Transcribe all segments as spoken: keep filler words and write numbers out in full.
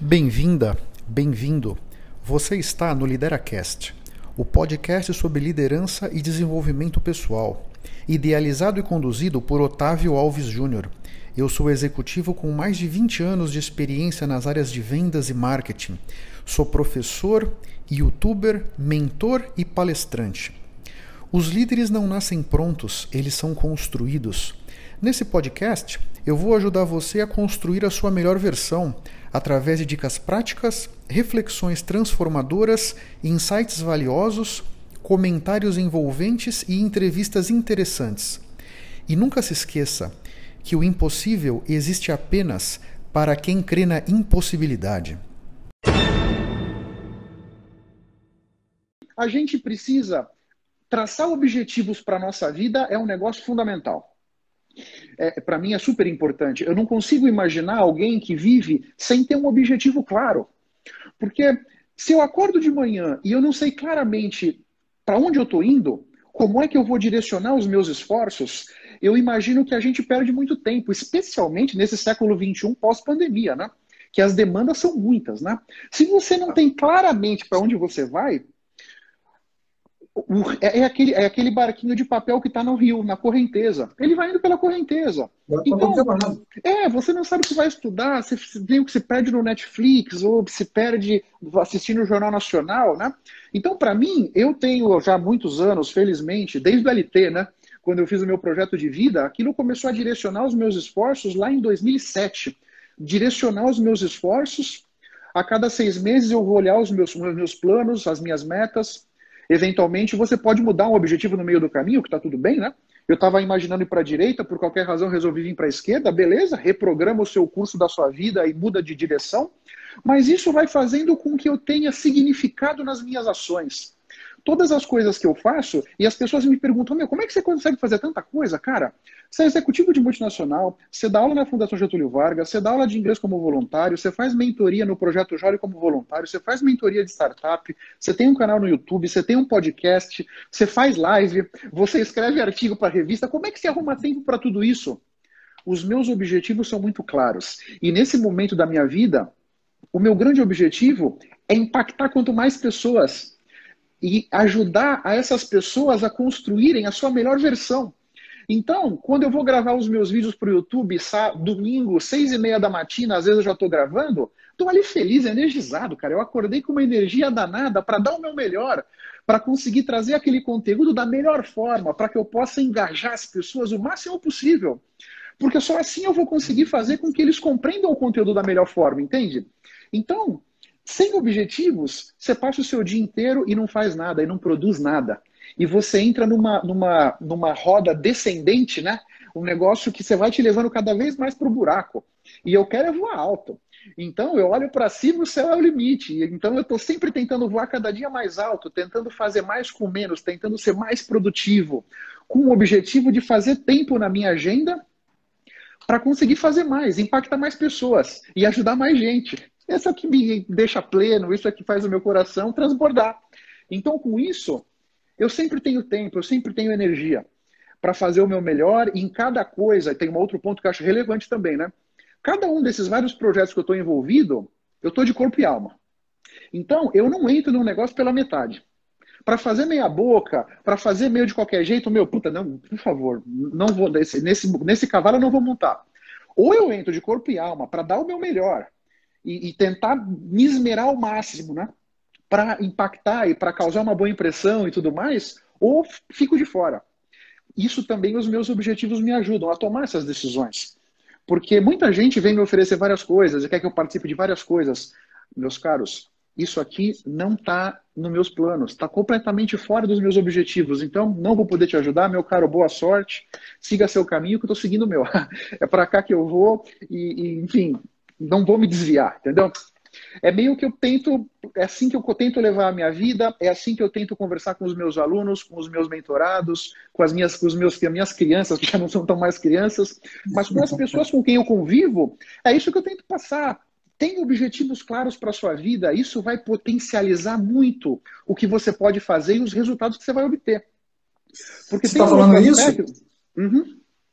Bem-vinda, bem-vindo. Você está no LideraCast, o podcast sobre liderança e desenvolvimento pessoal, idealizado e conduzido por Otávio Alves Júnior. Eu sou executivo com mais de vinte anos de experiência nas áreas de vendas e marketing. Sou professor, youtuber, mentor e palestrante. Os líderes não nascem prontos, eles são construídos. Nesse podcast, eu vou ajudar você a construir a sua melhor versão através de dicas práticas, reflexões transformadoras, insights valiosos, comentários envolventes e entrevistas interessantes. E nunca se esqueça que o impossível existe apenas para quem crê na impossibilidade. A gente precisa traçar objetivos para a nossa vida, é um negócio fundamental. É, para mim é super importante. Eu não consigo imaginar alguém que vive sem ter um objetivo claro. Porque se eu acordo de manhã e eu não sei claramente para onde eu estou indo, como é que eu vou direcionar os meus esforços, eu imagino que a gente perde muito tempo, especialmente nesse século vinte e um pós-pandemia, né? Que as demandas são muitas, né? Se você não tem claramente para onde você vai, É, é, aquele, é aquele barquinho de papel que está no rio, na correnteza. Ele vai indo pela correnteza. Então, é, você não sabe o que vai estudar, você vê o que se perde no Netflix, ou se perde assistindo o Jornal Nacional, né? Então, para mim, eu tenho já muitos anos, felizmente, desde o L T, né? Quando eu fiz o meu projeto de vida, aquilo começou a direcionar os meus esforços lá em dois mil e sete. Direcionar os meus esforços. A cada seis meses eu vou olhar os meus, os meus planos, as minhas metas. Eventualmente, você pode mudar um objetivo no meio do caminho, que está tudo bem, né? Eu estava imaginando ir para a direita, por qualquer razão resolvi vir para a esquerda, beleza, reprograma o seu curso da sua vida e muda de direção, mas isso vai fazendo com que eu tenha significado nas minhas ações. Todas as coisas que eu faço, e as pessoas me perguntam, meu, como é que você consegue fazer tanta coisa, cara? Você é executivo de multinacional, você dá aula na Fundação Getúlio Vargas, você dá aula de inglês como voluntário, você faz mentoria no Projeto Jolly como voluntário, você faz mentoria de startup, você tem um canal no YouTube, você tem um podcast, você faz live, você escreve artigo para revista. Como é que você arruma tempo para tudo isso? Os meus objetivos são muito claros. E nesse momento da minha vida, o meu grande objetivo é impactar quanto mais pessoas e ajudar a essas pessoas a construírem a sua melhor versão. Então, quando eu vou gravar os meus vídeos para o YouTube, domingo, seis e meia da matina, às vezes eu já estou gravando, estou ali feliz, energizado, cara. Eu acordei com uma energia danada para dar o meu melhor, para conseguir trazer aquele conteúdo da melhor forma, para que eu possa engajar as pessoas o máximo possível. Porque só assim eu vou conseguir fazer com que eles compreendam o conteúdo da melhor forma, entende? Então, sem objetivos, você passa o seu dia inteiro e não faz nada, e não produz nada. E você entra numa, numa, numa roda descendente, né? Um negócio que você vai te levando cada vez mais para o buraco. E eu quero é voar alto. Então eu olho para cima, o céu é o limite. Então eu estou sempre tentando voar cada dia mais alto, tentando fazer mais com menos, tentando ser mais produtivo, com o objetivo de fazer tempo na minha agenda para conseguir fazer mais, impactar mais pessoas e ajudar mais gente. Isso é o que me deixa pleno, isso é o que faz o meu coração transbordar. Então, com isso, eu sempre tenho tempo, eu sempre tenho energia para fazer o meu melhor e em cada coisa. Tem um outro ponto que eu acho relevante também, né? Cada um desses vários projetos que eu estou envolvido, eu estou de corpo e alma. Então, eu não entro num negócio pela metade. Para fazer meia boca, para fazer meio de qualquer jeito, meu, puta, não, por favor, não vou, nesse, nesse, nesse cavalo eu não vou montar. Ou eu entro de corpo e alma para dar o meu melhor, E, e tentar me esmerar ao máximo, né? Para impactar e para causar uma boa impressão e tudo mais, ou fico de fora. Isso também os meus objetivos me ajudam a tomar essas decisões. Porque muita gente vem me oferecer várias coisas e quer que eu participe de várias coisas. Meus caros, isso aqui não está nos meus planos, está completamente fora dos meus objetivos. Então, não vou poder te ajudar, meu caro, boa sorte. Siga seu caminho que eu estou seguindo o meu. É para cá que eu vou e, e enfim... Não vou me desviar, entendeu? É meio que eu tento, é assim que eu tento levar a minha vida, é assim que eu tento conversar com os meus alunos, com os meus mentorados, com as minhas, com os meus, com as minhas crianças, que já não são tão mais crianças, mas com as pessoas com quem eu convivo, é isso que eu tento passar. Tem objetivos claros para a sua vida, isso vai potencializar muito o que você pode fazer e os resultados que você vai obter. Porque você está falando isso? Uhum.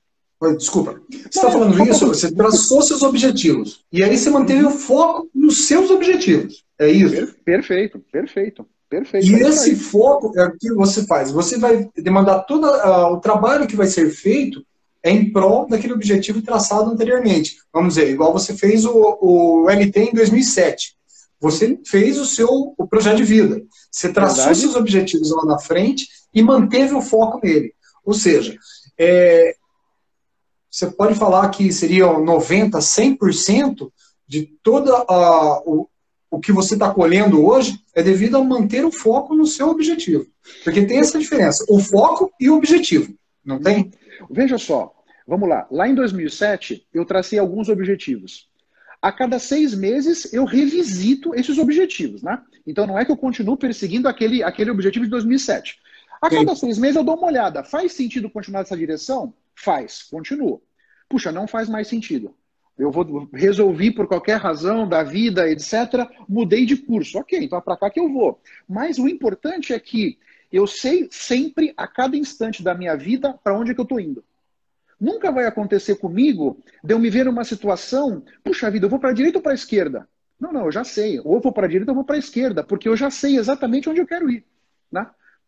Desculpa. Você está falando isso, você traçou seus objetivos. E aí você manteve o foco nos seus objetivos. É isso? Perfeito, perfeito. Perfeito. E esse foco é o que você faz. Você vai demandar todo uh, o trabalho que vai ser feito é em prol daquele objetivo traçado anteriormente. Vamos dizer, igual você fez o, o L T em dois mil e sete. Você fez o seu o projeto de vida. Você traçou Verdade. seus objetivos lá na frente e manteve o foco nele. Ou seja, é, você pode falar que seriam noventa por cento, cem por cento de toda a, o, o que você está colhendo hoje é devido a manter o foco no seu objetivo. Porque tem essa diferença, o foco e o objetivo. Não tem? Veja só, vamos lá. Lá em dois mil e sete, eu tracei alguns objetivos. A cada seis meses, eu revisito esses objetivos, né? Então, não é que eu continuo perseguindo aquele, aquele objetivo de dois mil e sete. A Sim. cada seis meses, eu dou uma olhada. Faz sentido continuar nessa direção? Faz. Continua. Puxa, não faz mais sentido. Eu vou resolvi por qualquer razão da vida, etcétera, mudei de curso. Ok, então é para cá que eu vou. Mas o importante é que eu sei sempre, a cada instante da minha vida, para onde é que eu estou indo. Nunca vai acontecer comigo de eu me ver numa situação, puxa vida, eu vou para a direita ou para a esquerda? Não, não, eu já sei. Ou eu vou para a direita ou eu vou para a esquerda, porque eu já sei exatamente onde eu quero ir. Né?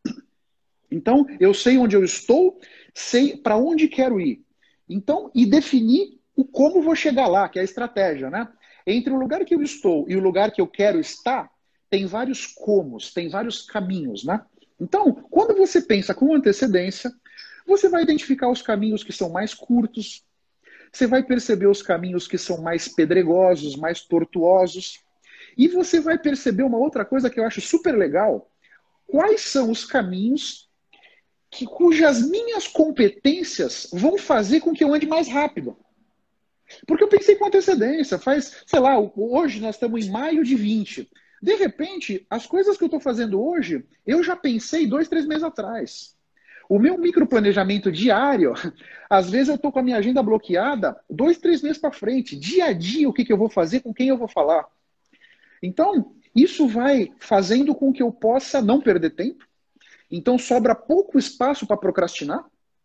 Então, eu sei onde eu estou, sei para onde quero ir. Então, e definir o como vou chegar lá, que é a estratégia. Né? Entre o lugar que eu estou e o lugar que eu quero estar, tem vários comos, tem vários caminhos. Né? Então, quando você pensa com antecedência, você vai identificar os caminhos que são mais curtos, você vai perceber os caminhos que são mais pedregosos, mais tortuosos, e você vai perceber uma outra coisa que eu acho super legal, quais são os caminhos que, cujas minhas competências vão fazer com que eu ande mais rápido. Porque eu pensei com antecedência, faz, sei lá, hoje nós estamos em maio de vinte. De repente, as coisas que eu estou fazendo hoje, eu já pensei dois, três meses atrás. O meu microplanejamento diário, às vezes eu estou com a minha agenda bloqueada dois, três meses para frente. Dia a dia, o que, que eu vou fazer, com quem eu vou falar. Então, isso vai fazendo com que eu possa não perder tempo. Então, sobra pouco espaço para procrastinar.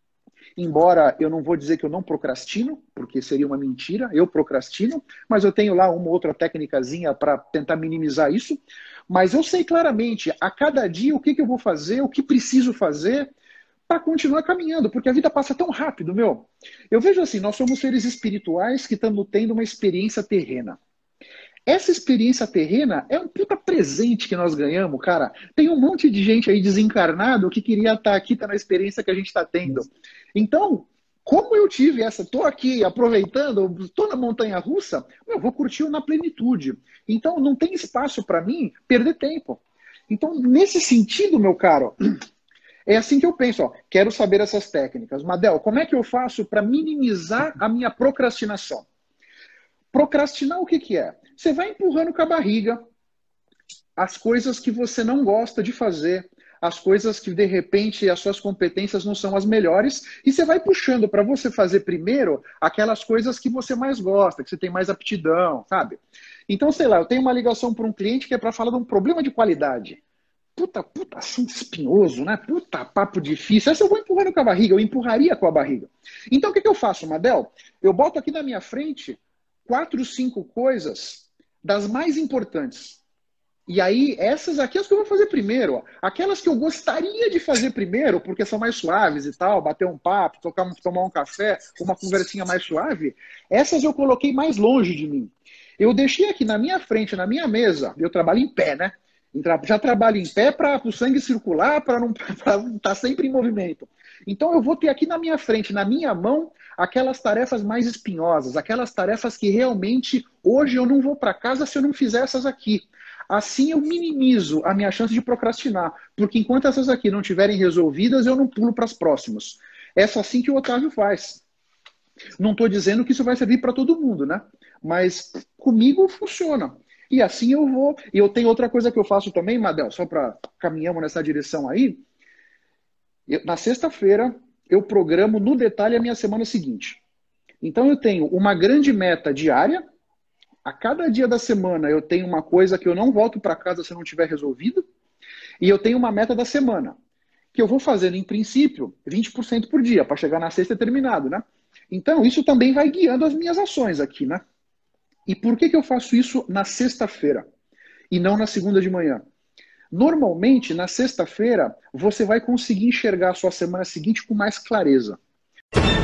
Embora eu não vou dizer que eu não procrastino, porque seria uma mentira, eu procrastino, mas eu tenho lá uma outra técnicazinha para tentar minimizar isso. Mas eu sei claramente, a cada dia, o que, que eu vou fazer, o que preciso fazer, para continuar caminhando, porque a vida passa tão rápido, meu. Eu vejo assim, nós somos seres espirituais que estamos tendo uma experiência terrena. Essa experiência terrena é um puta presente que nós ganhamos, cara. Tem um monte de gente aí desencarnado que queria estar aqui, tá na experiência que a gente está tendo. Então, como eu tive essa, tô aqui aproveitando, tô na montanha-russa, eu vou curtir na plenitude. Então, não tem espaço para mim perder tempo. Então, nesse sentido, meu caro, é assim que eu penso, ó, quero saber essas técnicas. Madel, como é que eu faço para minimizar a minha procrastinação? Procrastinar o que, que é? Você vai empurrando com a barriga as coisas que você não gosta de fazer, as coisas que, de repente, as suas competências não são as melhores, e você vai puxando para você fazer primeiro aquelas coisas que você mais gosta, que você tem mais aptidão, sabe? Então, sei lá, eu tenho uma ligação para um cliente que é para falar de um problema de qualidade. Puta, puta assunto espinhoso, né? Puta, papo difícil. Essa eu vou empurrando com a barriga, eu empurraria com a barriga. Então, o que, que eu faço, Madel? Eu boto aqui na minha frente quatro, cinco coisas das mais importantes. E aí, essas aqui as que eu vou fazer primeiro. Ó. Aquelas que eu gostaria de fazer primeiro, porque são mais suaves e tal, bater um papo, tocar, tomar um café, uma conversinha mais suave, essas eu coloquei mais longe de mim. Eu deixei aqui na minha frente, na minha mesa, eu trabalho em pé, né? Já trabalho em pé para o sangue circular, para não estar sempre em movimento. Então eu vou ter aqui na minha frente, na minha mão, aquelas tarefas mais espinhosas, aquelas tarefas que realmente hoje eu não vou para casa se eu não fizer essas aqui. Assim eu minimizo a minha chance de procrastinar, porque enquanto essas aqui não estiverem resolvidas, eu não pulo para as próximas. É assim que o Otávio faz. Não estou dizendo que isso vai servir para todo mundo, né? Mas comigo funciona. E assim eu vou. E eu tenho outra coisa que eu faço também, Madel, só para caminhamos nessa direção aí. Eu, na sexta-feira, eu programo no detalhe a minha semana seguinte. Então eu tenho uma grande meta diária. A cada dia da semana eu tenho uma coisa que eu não volto para casa se não tiver resolvido. E eu tenho uma meta da semana, que eu vou fazendo, em princípio, vinte por cento por dia, para chegar na sexta terminado, né? Então, isso também vai guiando as minhas ações aqui, né? E por que que eu faço isso na sexta-feira e não na segunda de manhã? Normalmente, na sexta-feira, você vai conseguir enxergar a sua semana seguinte com mais clareza.